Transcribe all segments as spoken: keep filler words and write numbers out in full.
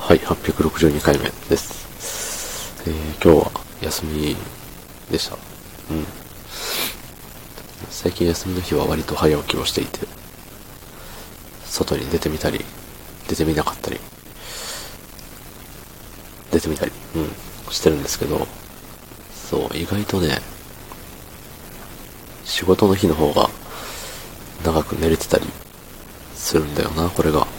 はい、はっぴゃくろくじゅうにかいめです。えー、今日は休みでした。うん。最近休みの日は割と早起きをしていて、外に出てみたり、出てみなかったり、出てみたり、うん、してるんですけど、そう、意外とね、仕事の日の方が長く寝れてたりするんだよな、これが。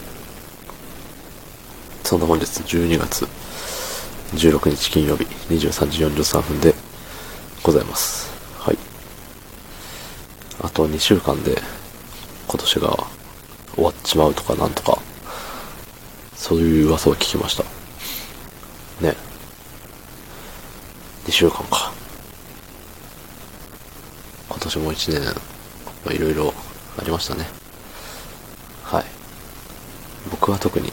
そんな本日じゅうにがつじゅうろくにち金曜日にじゅうさんじよんじゅうさんぷんでございます。はい。あとにしゅうかんで今年が終わっちまうとかなんとか、そういう噂を聞きました。ね。にしゅうかんか。今年もいちねん、まあ、いろいろありましたね。はい。僕は特に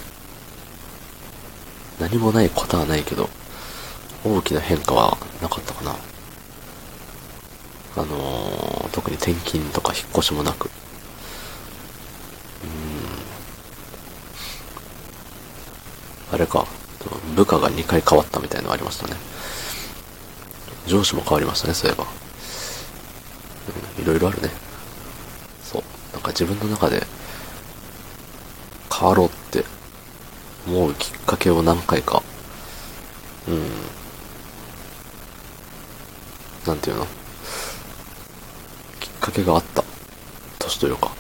何もないことはないけど、大きな変化はなかったかな。あのー、特に転勤とか引っ越しもなく。うーん。あれか、部下がにかい変わったみたいなのありましたね。上司も変わりましたね、そういえば。うん、いろいろあるね。そう。なんか自分の中で変わろうって思うきっかけを何回か、うん、なんていうのきっかけがあった年というか、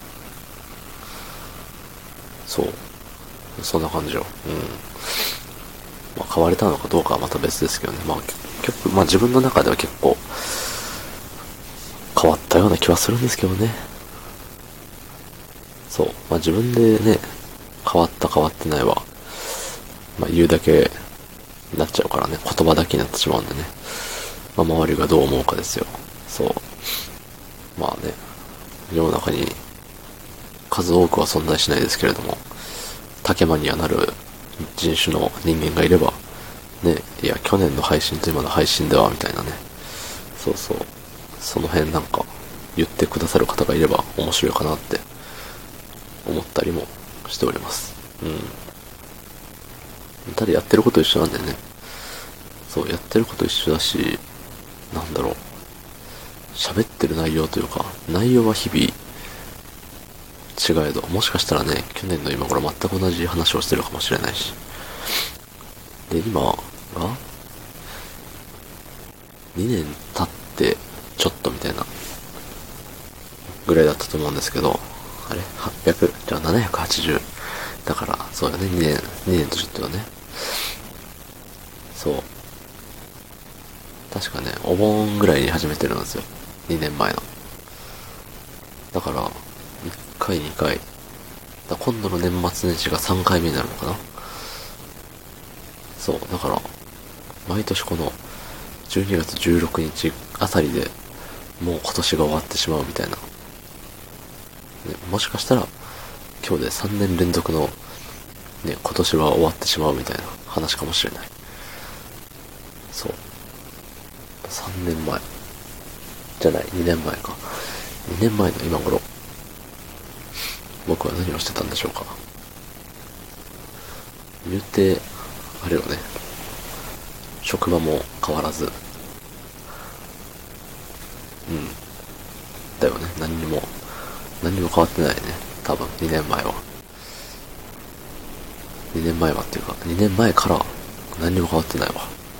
そうそんな感じよ。うん。まあ変われたのかどうかはまた別ですけどね。まあ結局、まあ自分の中では結構変わったような気はするんですけどね。そう。まあ自分でね、変わった変わってないは、まあ言うだけになっちゃうからね。言葉だけになってしまうんでね。まあ周りがどう思うかですよ。そう。まあね、世の中に数多くは存在しないですけれども、竹間にはなる人種の人間がいれば、ね、いや、去年の配信と今の配信では、みたいなね。そうそう。その辺なんか、言ってくださる方がいれば面白いかなって思ったりもしております。うん。ただやってること一緒なんだよね。そう、やってること一緒だし、なんだろう。喋ってる内容というか、内容は日々違えど、もしかしたらね、去年の今頃全く同じ話をしてるかもしれないし。で、今が、にねん経ってちょっとみたいなぐらいだったと思うんですけど、あれ ?はっぴゃく、じゃあななひゃくはちじゅう。だから、そうだね、にねん、にねんとちょっとよね。そう。確かね、お盆ぐらいに始めてるんですよ。にねんまえの。だから、いっかい、にかい。だ今度の年末年始がさんかいめになるのかな。そう、だから、毎年このじゅうにがつじゅうろくにちあたりでもう今年が終わってしまうみたいな。ね、もしかしたら今日でさんねん連続のね、今年は終わってしまうみたいな話かもしれない。そう。さんねんまえ。じゃない、にねんまえか。にねんまえの今頃、僕は何をしてたんでしょうか。言うて、あれよね。職場も変わらず。うん。だよね。何にも、何にも変わってないね。多分、にねんまえは。にねんまえはっていうか、にねんまえから何にも変わってないわ。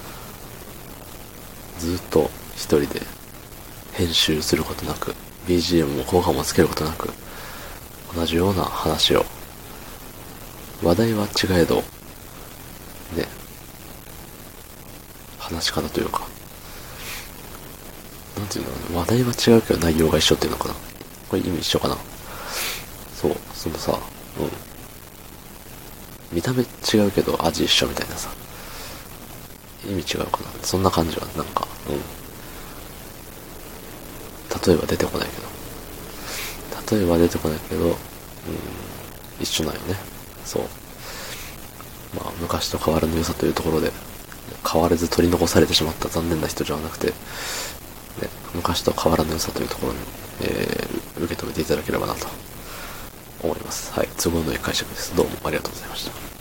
ずっと一人で編集することなく、ビージーエム も効果もつけることなく、同じような話を、話題は違えど、ね、話し方というか、なんていうの、話題は違うけど内容が一緒っていうのかな。これ意味一緒かな。そう、そのさ、うん。見た目違うけど味一緒みたいなさ、意味違うかな。そんな感じは、なんか、うん。例えば出てこないけど。例えば出てこないけど、うん、一緒なんよね。そう。まあ、昔と変わらぬ良さというところで、変わらず取り残されてしまった残念な人ではなくて、ね、昔と変わらぬ良さというところに、えー、受け止めていただければなと思います。はい。都合のいい解釈です。どうもありがとうございました。